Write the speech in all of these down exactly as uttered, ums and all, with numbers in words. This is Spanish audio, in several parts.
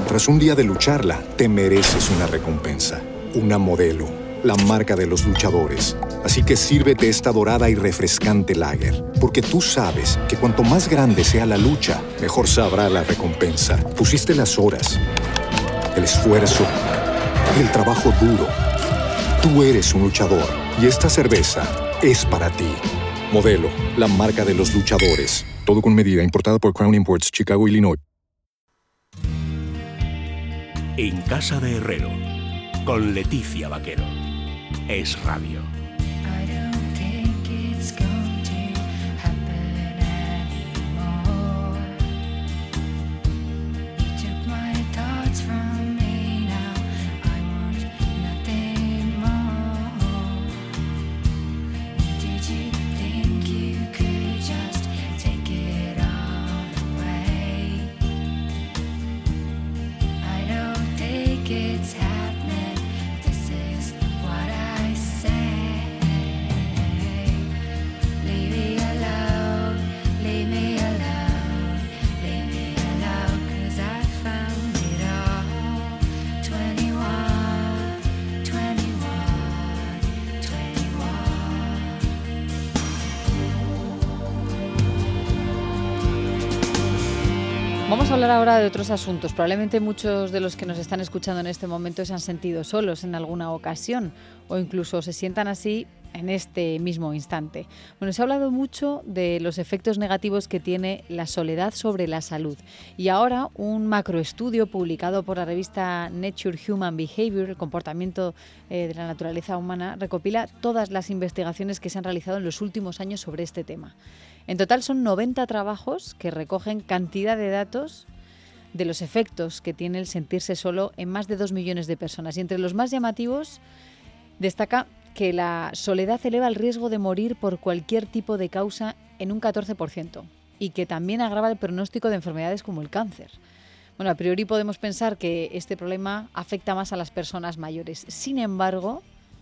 Tras un día de lucharla, te mereces una recompensa, una Modelo, la marca de los luchadores. Así que sírvete esta dorada y refrescante lager, porque tú sabes que cuanto más grande sea la lucha, mejor sabrá la recompensa. Pusiste las horas, el esfuerzo, el trabajo duro. Tú eres un luchador y esta cerveza es para ti. Modelo, la marca de los luchadores. Todo con medida, importada por Crown Imports, Chicago, Illinois. En Casa de Herrero, con Leticia Vaquero. Es Radio. Vamos a hablar ahora de otros asuntos. Probablemente muchos de los que nos están escuchando en este momento se han sentido solos en alguna ocasión o incluso se sientan así en este mismo instante. Bueno, se ha hablado mucho de los efectos negativos que tiene la soledad sobre la salud. Y ahora un macroestudio publicado por la revista Nature Human Behavior, el comportamiento eh, de la naturaleza humana, recopila todas las investigaciones que se han realizado en los últimos años sobre este tema. En total son noventa trabajos que recogen cantidad de datos de los efectos que tiene el sentirse solo en más de dos millones de personas. Y entre los más llamativos destaca que la soledad eleva el riesgo de morir por cualquier tipo de causa en un catorce por ciento y que también agrava el pronóstico de enfermedades como el cáncer. Bueno, a priori podemos pensar que este problema afecta más a las personas mayores. Sin embargo,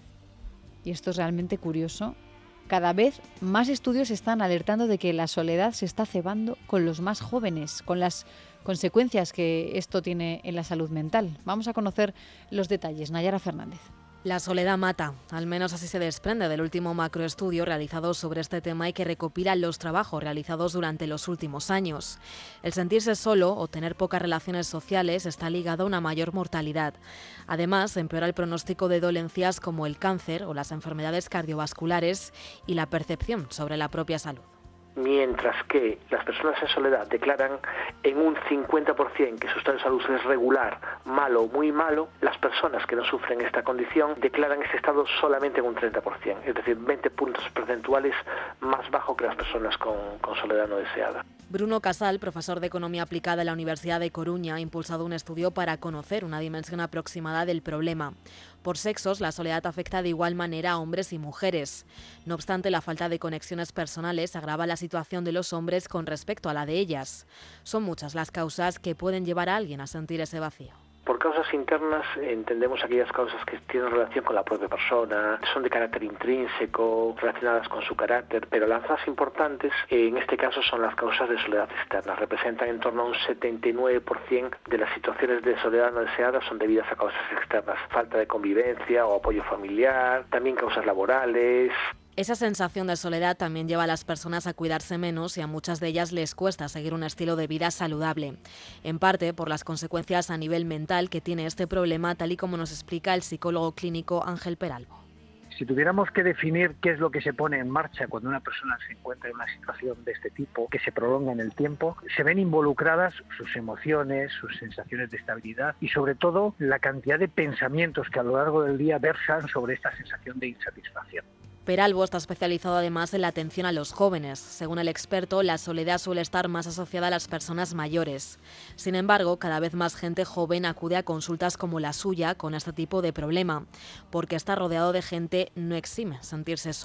y esto es realmente curioso, cada vez más estudios están alertando de que la soledad se está cebando con los más jóvenes, con las consecuencias que esto tiene en la salud mental. Vamos a conocer los detalles. Nayara Fernández. La soledad mata, al menos así se desprende del último macroestudio realizado sobre este tema y que recopila los trabajos realizados durante los últimos años. El sentirse solo o tener pocas relaciones sociales está ligado a una mayor mortalidad. Además, empeora el pronóstico de dolencias como el cáncer o las enfermedades cardiovasculares y la percepción sobre la propia salud. Mientras que las personas en soledad declaran en un cincuenta por ciento que su estado de salud es regular, malo o muy malo, las personas que no sufren esta condición declaran ese estado solamente en un treinta por ciento, es decir, veinte puntos porcentuales más bajo que las personas con, con soledad no deseada. Bruno Casal, profesor de Economía Aplicada en la Universidad de Coruña, ha impulsado un estudio para conocer una dimensión aproximada del problema. Por sexos, la soledad afecta de igual manera a hombres y mujeres. No obstante, la falta de conexiones personales agrava la situación de los hombres con respecto a la de ellas. Son muchas las causas que pueden llevar a alguien a sentir ese vacío. Por causas internas entendemos aquellas causas que tienen relación con la propia persona, son de carácter intrínseco, relacionadas con su carácter, pero las más importantes en este caso son las causas de soledad externa. Representan en torno a un setenta y nueve por ciento de las situaciones de soledad no deseada son debidas a causas externas, falta de convivencia o apoyo familiar, también causas laborales. Esa sensación de soledad también lleva a las personas a cuidarse menos y a muchas de ellas les cuesta seguir un estilo de vida saludable. En parte por las consecuencias a nivel mental que tiene este problema, tal y como nos explica el psicólogo clínico Ángel Peralbo. Si tuviéramos que definir qué es lo que se pone en marcha cuando una persona se encuentra en una situación de este tipo, que se prolonga en el tiempo, se ven involucradas sus emociones, sus sensaciones de estabilidad y sobre todo la cantidad de pensamientos que a lo largo del día versan sobre esta sensación de insatisfacción. Peralbo está especializado además en la atención a los jóvenes. Según el experto, la soledad suele estar más asociada a las personas mayores. Sin embargo, cada vez más gente joven acude a consultas como la suya con este tipo de problema, porque estar rodeado de gente no exime sentirse solo.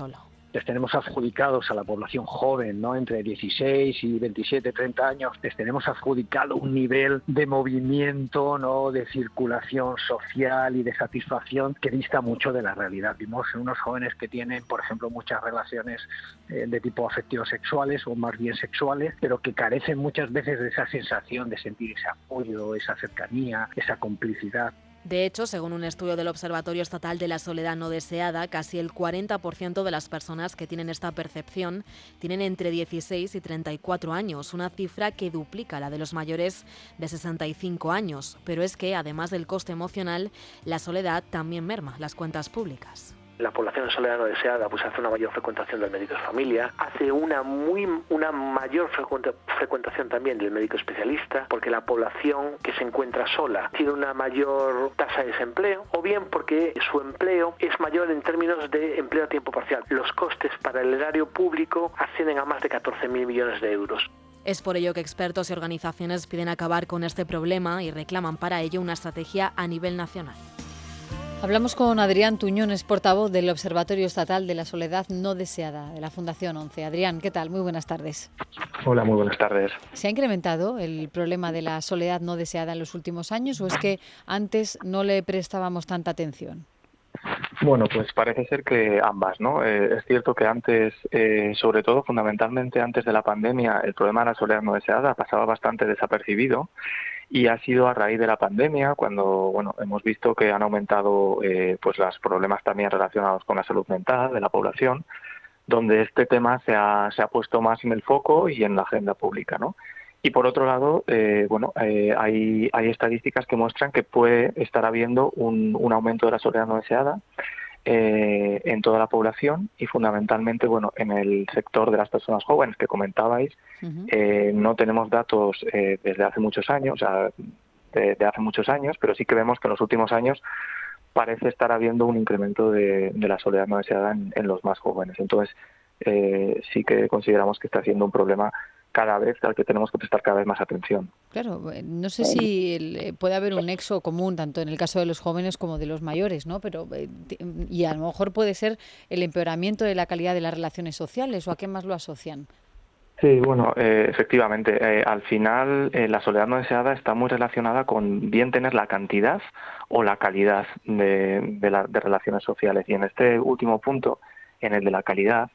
les tenemos adjudicados a la población joven, ¿no? Entre dieciséis y veintisiete, treinta años, les tenemos adjudicado un nivel de movimiento, ¿no? De circulación social y de satisfacción que dista mucho de la realidad. Vimos unos jóvenes que tienen, por ejemplo, muchas relaciones eh, de tipo afectivo-sexuales o más bien sexuales, pero que carecen muchas veces de esa sensación de sentir ese apoyo, esa cercanía, esa complicidad. De hecho, según un estudio del Observatorio Estatal de la Soledad No Deseada, casi el cuarenta por ciento de las personas que tienen esta percepción tienen entre dieciséis y treinta y cuatro años, una cifra que duplica la de los mayores de sesenta y cinco años. Pero es que, además del coste emocional, la soledad también merma las cuentas públicas. La población en soledad no deseada pues hace una mayor frecuentación del médico de familia, hace una muy una mayor frecuenta, frecuentación también del médico especialista, porque la población que se encuentra sola tiene una mayor tasa de desempleo, o bien porque su empleo es mayor en términos de empleo a tiempo parcial. Los costes para el erario público ascienden a más de catorce mil millones de euros. Es por ello que expertos y organizaciones piden acabar con este problema y reclaman para ello una estrategia a nivel nacional. Hablamos con Adrián Tuñones, portavoz del Observatorio Estatal de la Soledad No Deseada, de la Fundación once. Adrián, ¿qué tal? Muy buenas tardes. Hola, muy buenas tardes. ¿Se ha incrementado el problema de la soledad no deseada en los últimos años o es que antes no le prestábamos tanta atención? Bueno, pues parece ser que ambas, ¿no? Eh, es cierto que antes, eh, sobre todo fundamentalmente antes de la pandemia, el problema de la soledad no deseada pasaba bastante desapercibido. Y ha sido a raíz de la pandemia cuando, bueno, hemos visto que han aumentado eh, pues los problemas también relacionados con la salud mental de la población, donde este tema se ha, se ha puesto más en el foco y en la agenda pública, ¿no? Y por otro lado, eh, bueno, eh, hay, hay estadísticas que muestran que puede estar habiendo un, un aumento de la soledad no deseada eh, en toda la población y fundamentalmente, bueno, en el sector de las personas jóvenes que comentabais. Uh-huh. eh, no tenemos datos eh, desde hace muchos años, o sea, de, de hace muchos años, pero sí que vemos que en los últimos años parece estar habiendo un incremento de, de la soledad no deseada en, en los más jóvenes. Entonces, eh, sí que consideramos que está siendo un problema cada vez al que tenemos que prestar cada vez más atención. Claro, no sé si el, puede haber un nexo común tanto en el caso de los jóvenes como de los mayores, ¿no? Pero y a lo mejor puede ser el empeoramiento de la calidad de las relaciones sociales, ¿o a qué más lo asocian? Sí, bueno, eh, efectivamente, eh, al final eh, la soledad no deseada está muy relacionada con bien tener la cantidad o la calidad de, de, la, de relaciones sociales. Y en este último punto, en el de la calidad,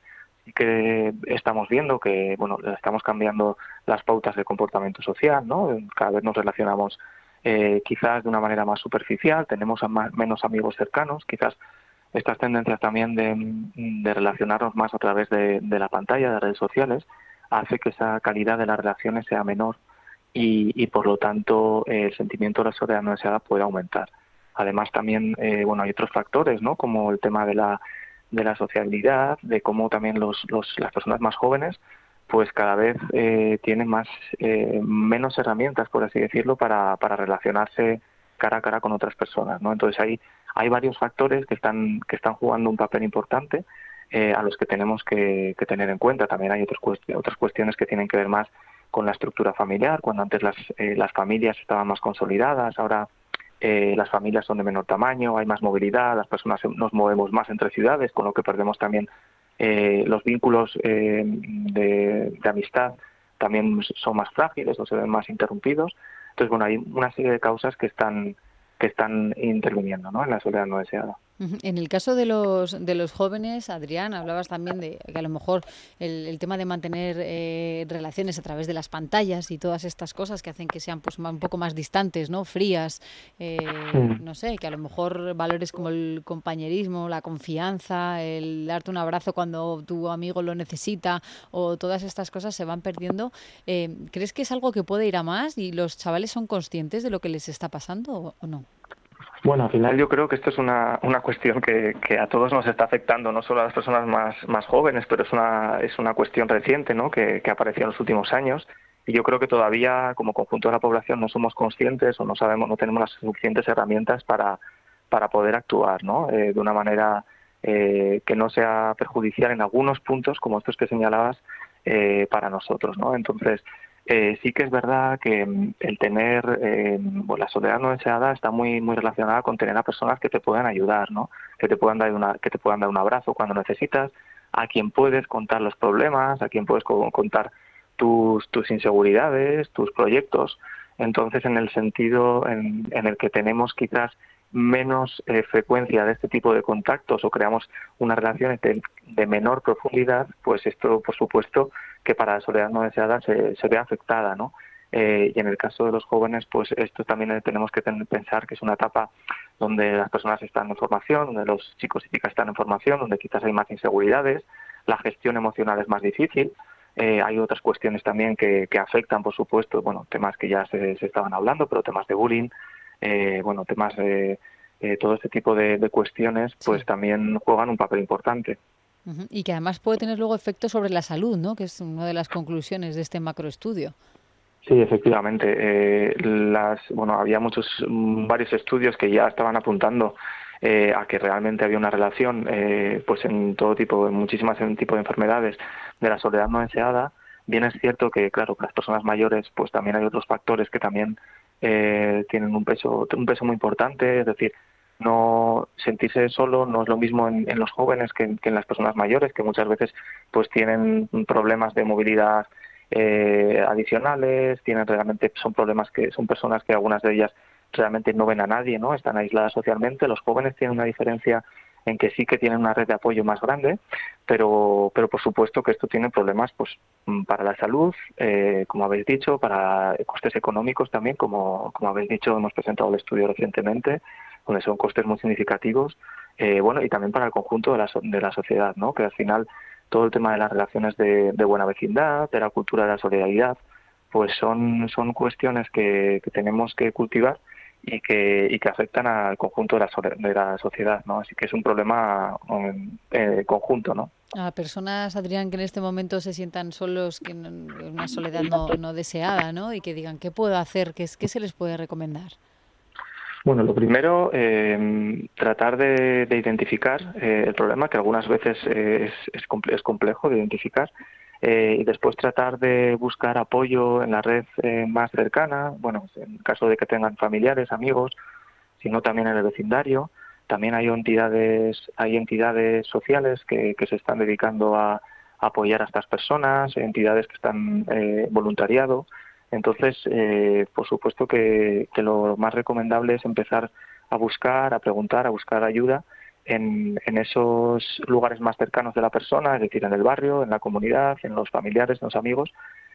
que estamos viendo que, bueno, estamos cambiando las pautas de comportamiento social, ¿no? Cada vez nos relacionamos eh, quizás de una manera más superficial, tenemos a más, menos amigos cercanos, quizás estas tendencias también de, de relacionarnos más a través de, de la pantalla, de redes sociales, hace que esa calidad de las relaciones sea menor y, y por lo tanto eh, el sentimiento de la soledad no deseada puede aumentar. Además también, eh, bueno, hay otros factores, ¿no? Como el tema de la de la sociabilidad, de cómo también los, los las personas más jóvenes pues cada vez eh, tienen más eh, menos herramientas, por así decirlo, para, para relacionarse cara a cara con otras personas, ¿no? Entonces hay hay varios factores que están que están jugando un papel importante eh, a los que tenemos que, que tener en cuenta. También hay otros cuest- otras cuestiones que tienen que ver más con la estructura familiar, cuando antes las eh, las familias estaban más consolidadas, ahora Eh, las familias son de menor tamaño, hay más movilidad, las personas nos movemos más entre ciudades, con lo que perdemos también eh, los vínculos eh, de, de amistad, también son más frágiles o se ven más interrumpidos. Entonces, bueno, hay una serie de causas que están que están interviniendo, ¿no?, en la soledad no deseada. En el caso de los de los jóvenes, Adrián, hablabas también de que a lo mejor el, el tema de mantener eh, relaciones a través de las pantallas y todas estas cosas que hacen que sean pues un poco más distantes, ¿no? Frías, eh, sí. No sé, que a lo mejor valores como el compañerismo, la confianza, el darte un abrazo cuando tu amigo lo necesita o todas estas cosas se van perdiendo. Eh, ¿Crees que es algo que puede ir a más y los chavales son conscientes de lo que les está pasando o, o no? Bueno, al final yo creo que esto es una, una cuestión que, que a todos nos está afectando, no solo a las personas más, más jóvenes, pero es una, es una cuestión reciente, ¿no?, que, que apareció en los últimos años. Y yo creo que todavía, como conjunto de la población, no somos conscientes o no sabemos, no tenemos las suficientes herramientas para, para poder actuar, ¿no?, eh, de una manera eh, que no sea perjudicial en algunos puntos, como estos que señalabas, eh, para nosotros, ¿no? Entonces, Eh, sí que es verdad que el tener eh, bueno, la soledad no deseada está muy muy relacionada con tener a personas que te puedan ayudar, ¿no? Que te puedan dar una que te puedan dar un abrazo cuando necesitas, a quien puedes contar los problemas, a quien puedes contar tus, tus inseguridades, tus proyectos. Entonces, en el sentido en, en el que tenemos quizás menos eh, frecuencia de este tipo de contactos o creamos unas relaciones de, de menor profundidad, pues esto, por supuesto, que para la soledad no deseada se, se ve afectada, ¿no? Eh, y en el caso de los jóvenes, pues esto también tenemos que tener, pensar que es una etapa donde las personas están en formación, donde los chicos y chicas están en formación, donde quizás hay más inseguridades, la gestión emocional es más difícil. Eh, hay otras cuestiones también que, que afectan, por supuesto, bueno, temas que ya se, se estaban hablando, pero temas de bullying, eh, bueno, temas de eh, todo este tipo de, de cuestiones, pues sí, también juegan un papel importante. Uh-huh. Y que además puede tener luego efectos sobre la salud, ¿no? Que es una de las conclusiones de este macroestudio. Sí, efectivamente. Eh, las, bueno, había muchos, varios estudios que ya estaban apuntando eh, a que realmente había una relación, eh, pues en todo tipo, en muchísimas tipos de enfermedades de la soledad no deseada. Bien es cierto que, claro, para las personas mayores, pues también hay otros factores que también eh, tienen un peso, un peso muy importante. Es decir, no sentirse solo no es lo mismo en, en los jóvenes que, que en las personas mayores, que muchas veces pues tienen problemas de movilidad Eh, adicionales, tienen realmente son problemas que son personas que algunas de ellas realmente no ven a nadie, ¿no? Están aisladas socialmente. Los jóvenes tienen una diferencia en que sí que tienen una red de apoyo más grande, pero pero por supuesto que esto tiene problemas pues para la salud, eh, como habéis dicho, para costes económicos también, como como habéis dicho, hemos presentado el estudio recientemente, donde son costes muy significativos, eh, bueno, y también para el conjunto de la de la sociedad, ¿no? Que al final todo el tema de las relaciones de, de buena vecindad, de la cultura de la solidaridad, pues son son cuestiones que, que tenemos que cultivar y que y que afectan al conjunto de la, de la sociedad, ¿no? Así que es un problema eh, conjunto, ¿no? A personas, Adrián, que en este momento se sientan solos, que en una soledad no, no deseada, ¿no? Y que digan, ¿qué puedo hacer? ¿Qué, qué se les puede recomendar? Bueno, lo primero, eh, tratar de, de identificar eh, el problema, que algunas veces eh, es, es, comple- es complejo de identificar, eh, y después tratar de buscar apoyo en la red eh, más cercana, bueno, en caso de que tengan familiares, amigos, sino también en el vecindario. También hay entidades, hay entidades sociales que, que se están dedicando a, a apoyar a estas personas, entidades que están eh, voluntariado. Entonces, eh, por supuesto que, que lo más recomendable es empezar a buscar, a preguntar, a buscar ayuda en, en esos lugares más cercanos de la persona, es decir, en el barrio, en la comunidad, en los familiares, en los amigos.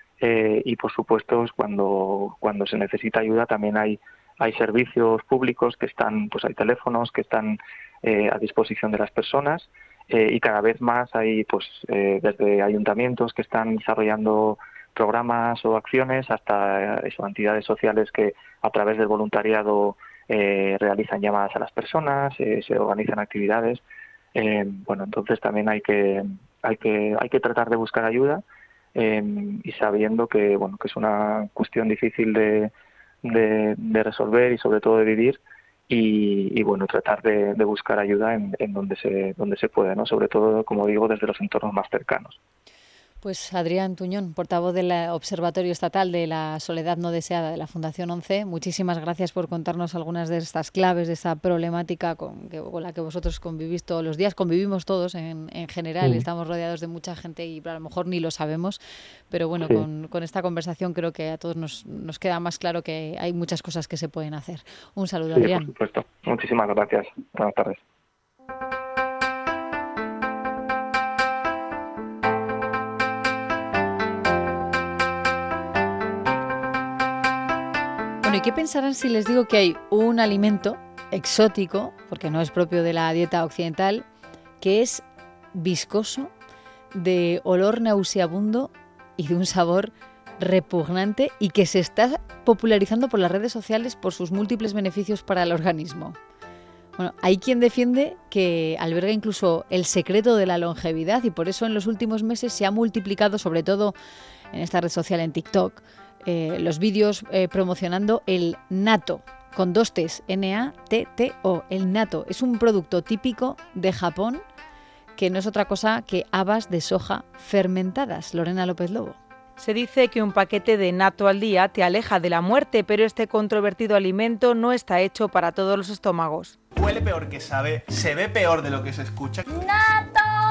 Eh, y, por supuesto, cuando, cuando se necesita ayuda también hay, hay servicios públicos que están, pues hay teléfonos que están eh, a disposición de las personas. Eh, y cada vez más hay, pues, eh, desde ayuntamientos que están desarrollando programas o acciones hasta eso, entidades sociales que a través del voluntariado eh, realizan llamadas a las personas, eh, se organizan actividades. Eh, bueno, entonces también hay que hay que hay que tratar de buscar ayuda eh, y sabiendo que bueno que es una cuestión difícil de, de, de resolver y sobre todo de vivir y, y bueno tratar de, de buscar ayuda en, en donde se donde se puede, ¿no? Sobre todo, como digo, desde los entornos más cercanos. Pues Adrián Tuñón, portavoz del Observatorio Estatal de la Soledad No Deseada de la Fundación ONCE, muchísimas gracias por contarnos algunas de estas claves, de esta problemática con, que, con la que vosotros convivís todos los días, convivimos todos en, en general, sí. Estamos rodeados de mucha gente y a lo mejor ni lo sabemos, pero bueno, sí. con, con esta conversación creo que a todos nos, nos queda más claro que hay muchas cosas que se pueden hacer. Un saludo, sí, Adrián. Por supuesto. Muchísimas gracias. Buenas tardes. Bueno, ¿y qué pensarán si les digo que hay un alimento exótico, porque no es propio de la dieta occidental, que es viscoso, de olor nauseabundo y de un sabor repugnante y que se está popularizando por las redes sociales por sus múltiples beneficios para el organismo? Bueno, hay quien defiende que alberga incluso el secreto de la longevidad y por eso en los últimos meses se ha multiplicado, sobre todo en esta red social, en TikTok, Eh, los vídeos eh, promocionando el natto, con dos T's, N A T T O. El natto es un producto típico de Japón que no es otra cosa que habas de soja fermentadas. Lorena López Lobo. Se dice que un paquete de natto al día te aleja de la muerte, pero este controvertido alimento no está hecho para todos los estómagos. Huele peor que sabe, se ve peor de lo que se escucha. ¡Natto!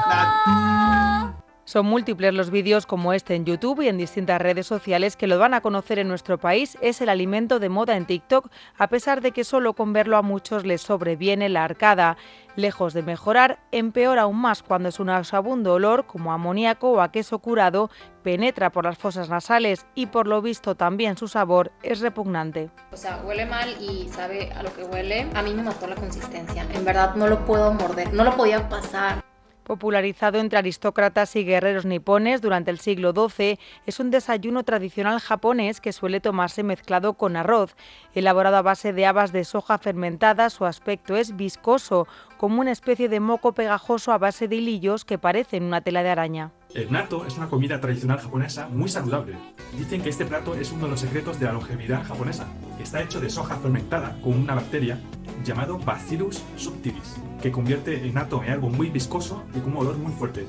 Son múltiples los vídeos como este en YouTube y en distintas redes sociales que lo van a conocer en nuestro país. Es el alimento de moda en TikTok, a pesar de que solo con verlo a muchos les sobreviene la arcada. Lejos de mejorar, empeora aún más cuando es un nauseabundo olor, como amoníaco o a queso curado, penetra por las fosas nasales y por lo visto también su sabor es repugnante. O sea, huele mal y sabe a lo que huele. A mí me mató la consistencia. En verdad no lo puedo morder, no lo podía pasar. Popularizado entre aristócratas y guerreros nipones durante el siglo doce, es un desayuno tradicional japonés que suele tomarse mezclado con arroz. Elaborado a base de habas de soja fermentada, su aspecto es viscoso, como una especie de moco pegajoso a base de hilillos que parecen una tela de araña. El natto es una comida tradicional japonesa muy saludable. Dicen que este plato es uno de los secretos de la longevidad japonesa. Está hecho de soja fermentada con una bacteria llamado Bacillus subtilis, que convierte el natto en algo muy viscoso y con un olor muy fuerte.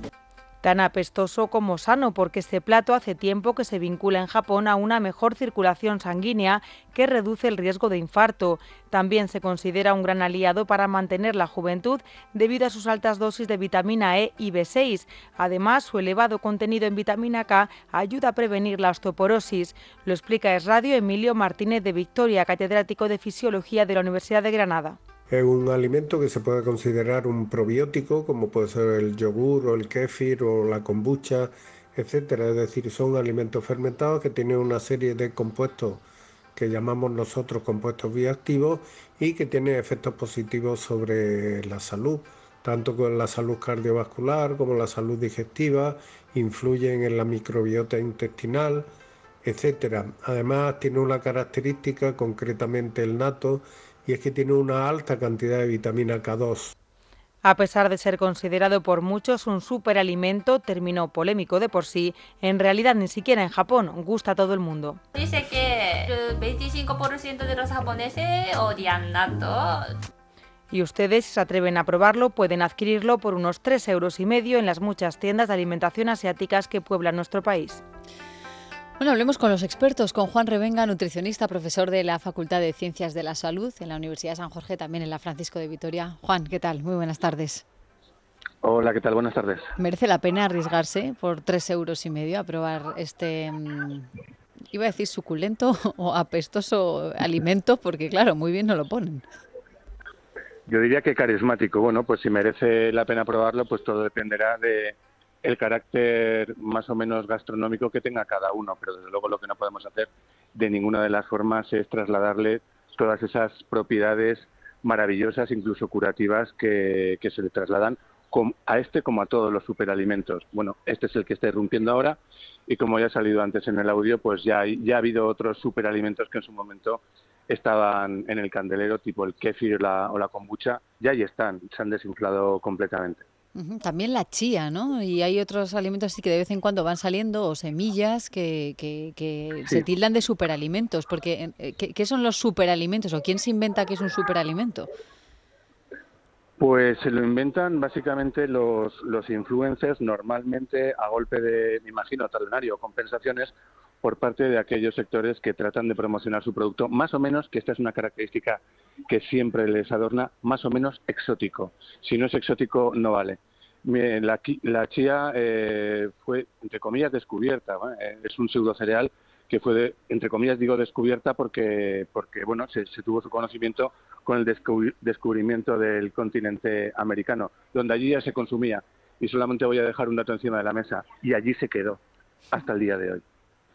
Tan apestoso como sano, porque este plato hace tiempo que se vincula en Japón a una mejor circulación sanguínea que reduce el riesgo de infarto. También se considera un gran aliado para mantener la juventud debido a sus altas dosis de vitamina E y B seis. Además, su elevado contenido en vitamina K ayuda a prevenir la osteoporosis. Lo explica Es Radio Emilio Martínez de Victoria, catedrático de Fisiología de la Universidad de Granada. Es un alimento que se puede considerar un probiótico, como puede ser el yogur o el kéfir o la kombucha, etcétera. Es decir, son alimentos fermentados que tienen una serie de compuestos que llamamos nosotros compuestos bioactivos y que tienen efectos positivos sobre la salud, tanto con la salud cardiovascular como la salud digestiva, influyen en la microbiota intestinal, etcétera. Además, tiene una característica, concretamente el natto, y es que tiene una alta cantidad de vitamina K dos. A pesar de ser considerado por muchos un superalimento, término polémico de por sí, en realidad ni siquiera en Japón gusta a todo el mundo. Dice que el veinticinco por ciento de los japoneses odian natto. Y ustedes, si se atreven a probarlo, pueden adquirirlo por unos tres euros y medio en las muchas tiendas de alimentación asiáticas que pueblan nuestro país. Bueno, hablemos con los expertos, con Juan Revenga, nutricionista, profesor de la Facultad de Ciencias de la Salud en la Universidad de San Jorge, también en la Francisco de Vitoria. Juan, ¿qué tal? Muy buenas tardes. Hola, ¿qué tal? Buenas tardes. ¿Merece la pena arriesgarse por tres euros y medio a probar este, mmm, iba a decir suculento o apestoso alimento? Porque claro, muy bien no lo ponen. Yo diría que carismático. Bueno, pues si merece la pena probarlo, pues todo dependerá de el carácter más o menos gastronómico que tenga cada uno, pero desde luego lo que no podemos hacer de ninguna de las formas es trasladarle todas esas propiedades maravillosas, incluso curativas, que, que se le trasladan a este como a todos los superalimentos. Bueno, este es el que está irrumpiendo ahora y como ya ha salido antes en el audio, pues ya, hay, ya ha habido otros superalimentos que en su momento estaban en el candelero, tipo el kéfir la, o la kombucha, ya ahí están, se han desinflado completamente. También la chía, ¿no? Y hay otros alimentos así que de vez en cuando van saliendo, o semillas que, que, que sí. se tildan de superalimentos. Porque ¿qué, ¿qué son los superalimentos? ¿O quién se inventa que es un superalimento? Pues se lo inventan básicamente los, los influencers, normalmente a golpe de, me imagino, talonario o compensaciones por parte de aquellos sectores que tratan de promocionar su producto, más o menos, que esta es una característica que siempre les adorna, más o menos exótico. Si no es exótico, no vale. La, la chía eh, fue, entre comillas, descubierta. ¿eh? Es un pseudo cereal que fue, de, entre comillas, digo descubierta porque, porque bueno, se, se tuvo su conocimiento con el descubri descubrimiento del continente americano, donde allí ya se consumía. Y solamente voy a dejar un dato encima de la mesa. Y allí se quedó hasta el día de hoy.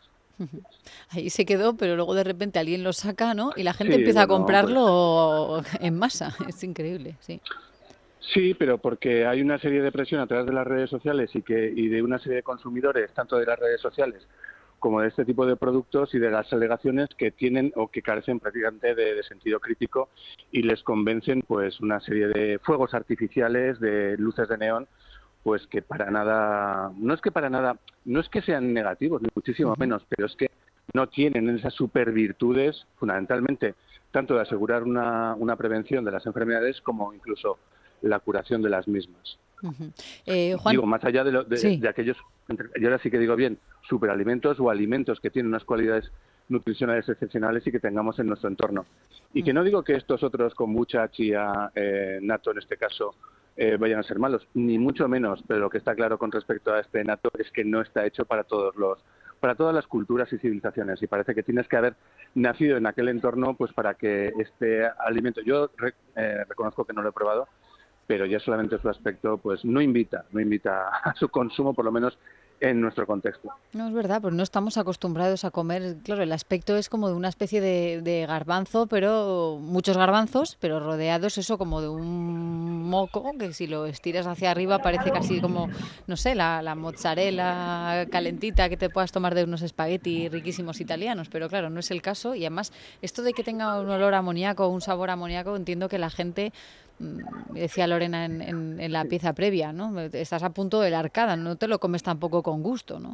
Ahí se quedó, pero luego de repente alguien lo saca, ¿no? Y la gente sí, empieza bueno, a comprarlo pues... en masa. Es increíble, sí. Sí, pero porque hay una serie de presión a través de las redes sociales y que y de una serie de consumidores, tanto de las redes sociales como de este tipo de productos y de las alegaciones que tienen o que carecen prácticamente de, de sentido crítico y les convencen pues una serie de fuegos artificiales, de luces de neón, pues que para nada, no es que para nada, no es que sean negativos, ni muchísimo menos, pero es que no tienen esas supervirtudes, fundamentalmente, tanto de asegurar una, una prevención de las enfermedades como incluso la curación de las mismas. Uh-huh. eh, Juan... Digo, más allá de, lo, de, sí. de aquellos, y ahora sí que digo bien, superalimentos o alimentos que tienen unas cualidades nutricionales excepcionales y que tengamos en nuestro entorno. Y que no digo que estos otros, kombucha, chía, eh, natto en este caso, eh, vayan a ser malos, ni mucho menos, pero lo que está claro con respecto a este natto es que no está hecho para todos los para todas las culturas y civilizaciones, y parece que tienes que haber nacido en aquel entorno pues para que este alimento, yo re, eh, reconozco que no lo he probado, pero ya solamente su aspecto pues no invita, no invita a su consumo, por lo menos en nuestro contexto. No, es verdad, pues no estamos acostumbrados a comer, claro, el aspecto es como de una especie de, de garbanzo, pero muchos garbanzos, pero rodeados eso como de un moco, que si lo estiras hacia arriba parece casi como, no sé, la, la mozzarella calentita que te puedas tomar de unos espagueti riquísimos italianos, pero claro, no es el caso, y además esto de que tenga un olor amoníaco, un sabor amoníaco, entiendo que la gente, decía Lorena en, en, en la pieza previa, ¿no? Estás a punto de la arcada, no te lo comes tampoco con gusto, ¿no?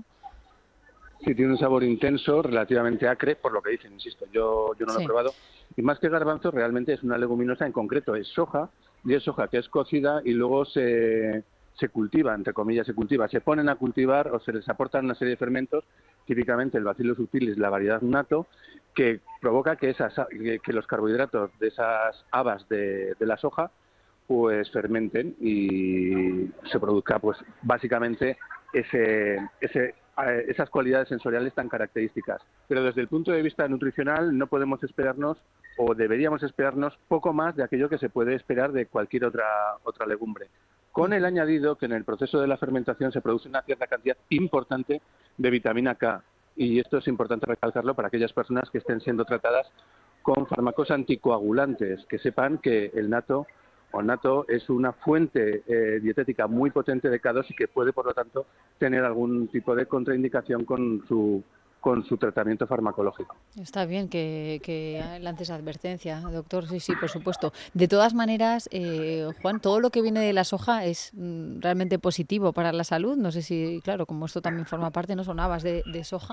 Sí, tiene un sabor intenso, relativamente acre, por lo que dicen, insisto, yo, yo no sí. lo he probado. Y más que garbanzo, realmente es una leguminosa, en concreto es soja, y es soja que es cocida y luego se, se cultiva, entre comillas, se cultiva. Se ponen a cultivar o se les aportan una serie de fermentos, típicamente el Bacillus subtilis, la variedad natto, que provoca que, esas, que, que los carbohidratos de esas habas de, de la soja pues fermenten y se produzca pues básicamente ese, ese, esas cualidades sensoriales tan características. Pero desde el punto de vista nutricional no podemos esperarnos o deberíamos esperarnos poco más de aquello que se puede esperar de cualquier otra, otra legumbre. Con el añadido que en el proceso de la fermentación se produce una cierta cantidad importante de vitamina K. Y esto es importante recalcarlo para aquellas personas que estén siendo tratadas con fármacos anticoagulantes, que sepan que el natto o natto es una fuente eh, dietética muy potente de K dos y que puede, por lo tanto, tener algún tipo de contraindicación con su con su tratamiento farmacológico. Está bien que, que lances advertencia, doctor, sí, sí, por supuesto. De todas maneras, eh, Juan, todo lo que viene de la soja es mm, realmente positivo para la salud. No sé si, claro, como esto también forma parte, ¿no? Son habas de, de soja.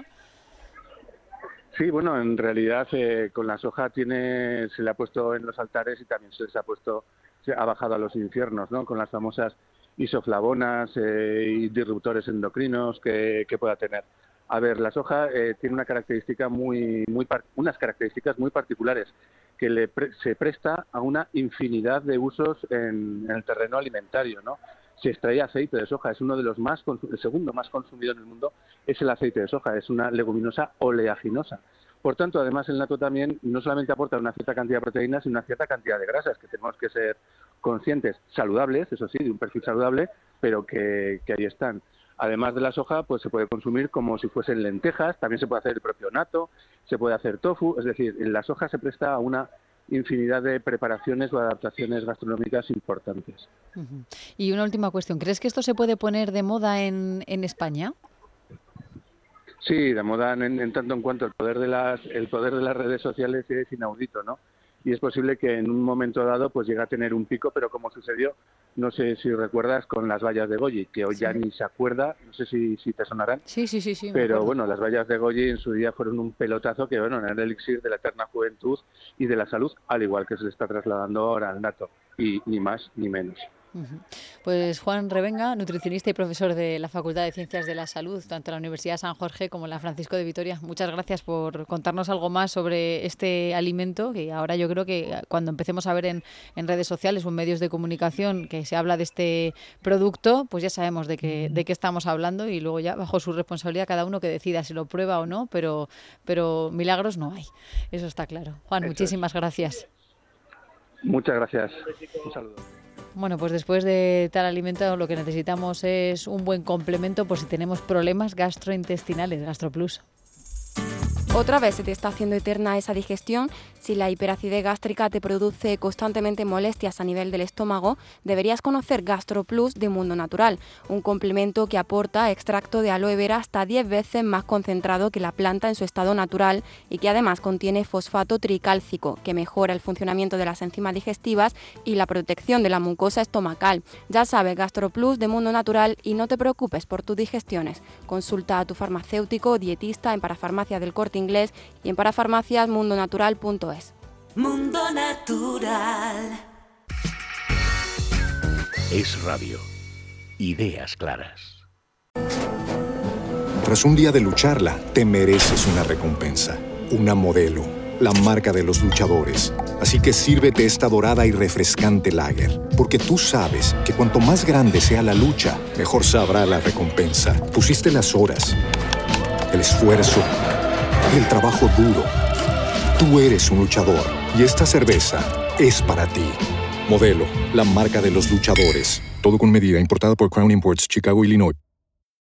Sí, bueno, en realidad eh, con la soja tiene, se le ha puesto en los altares y también se les ha puesto, se ha bajado a los infiernos, ¿no? Con las famosas isoflavonas eh, y disruptores endocrinos que, que pueda tener. A ver, la soja eh, tiene una característica muy, muy, unas características muy particulares que le pre se presta a una infinidad de usos en, en el terreno alimentario, ¿no? Se extrae aceite de soja, es uno de los más, el segundo más consumido en el mundo es el aceite de soja, es una leguminosa oleaginosa. Por tanto, además el natto también no solamente aporta una cierta cantidad de proteínas, sino una cierta cantidad de grasas que tenemos que ser conscientes, saludables, eso sí, de un perfil saludable, pero que, que ahí están. Además de la soja, pues se puede consumir como si fuesen lentejas, también se puede hacer el propio natto, se puede hacer tofu, es decir, en la soja se presta a una infinidad de preparaciones o adaptaciones gastronómicas importantes. Uh-huh. Y una última cuestión, ¿crees que esto se puede poner de moda en, en España? Sí, de moda en, en tanto en cuanto el poder de las el poder de las redes sociales es inaudito, ¿no? Y es posible que en un momento dado pues llegue a tener un pico, pero como sucedió, no sé si recuerdas, con las bayas de Goyi, que hoy sí. ya ni se acuerda, no sé si, si te sonarán. Sí, sí, sí, sí. Pero bueno, las bayas de Goyi en su día fueron un pelotazo que, bueno, era el elixir de la eterna juventud y de la salud, al igual que se le está trasladando ahora al natto, y ni más ni menos. Uh-huh. Pues Juan Revenga, nutricionista y profesor de la Facultad de Ciencias de la Salud, tanto en la Universidad San Jorge como en la Francisco de Vitoria. Muchas gracias por contarnos algo más sobre este alimento, que ahora yo creo que cuando empecemos a ver en, en redes sociales o en medios de comunicación que se habla de este producto, pues ya sabemos de qué, de qué estamos hablando y luego ya bajo su responsabilidad cada uno que decida si lo prueba o no, pero, pero milagros no hay, eso está claro. Juan, Eso muchísimas es. gracias. Muchas gracias. Un saludo. Bueno, pues después de tal alimento lo que necesitamos es un buen complemento por si tenemos problemas gastrointestinales, GastroPlus. ¿Otra vez se te está haciendo eterna esa digestión? Si la hiperacidez gástrica te produce constantemente molestias a nivel del estómago, deberías conocer GastroPlus de Mundo Natural, un complemento que aporta extracto de aloe vera hasta diez veces más concentrado que la planta en su estado natural y que además contiene fosfato tricálcico, que mejora el funcionamiento de las enzimas digestivas y la protección de la mucosa estomacal. Ya sabes, GastroPlus de Mundo Natural y no te preocupes por tus digestiones. Consulta a tu farmacéutico o dietista en Parafarmacia del Corte Inglés y en parafarmacias mundo natural punto es. Mundo Natural. Es Radio. Ideas claras. Tras un día de lucharla, te mereces una recompensa, una Modelo, la marca de los luchadores. Así que sírvete esta dorada y refrescante lager, porque tú sabes que cuanto más grande sea la lucha, mejor sabrá la recompensa. Pusiste las horas, el esfuerzo, el trabajo duro. Tú eres un luchador y esta cerveza es para ti. Modelo, la marca de los luchadores. Todo con medida, importada por Crown Imports, Chicago, Illinois.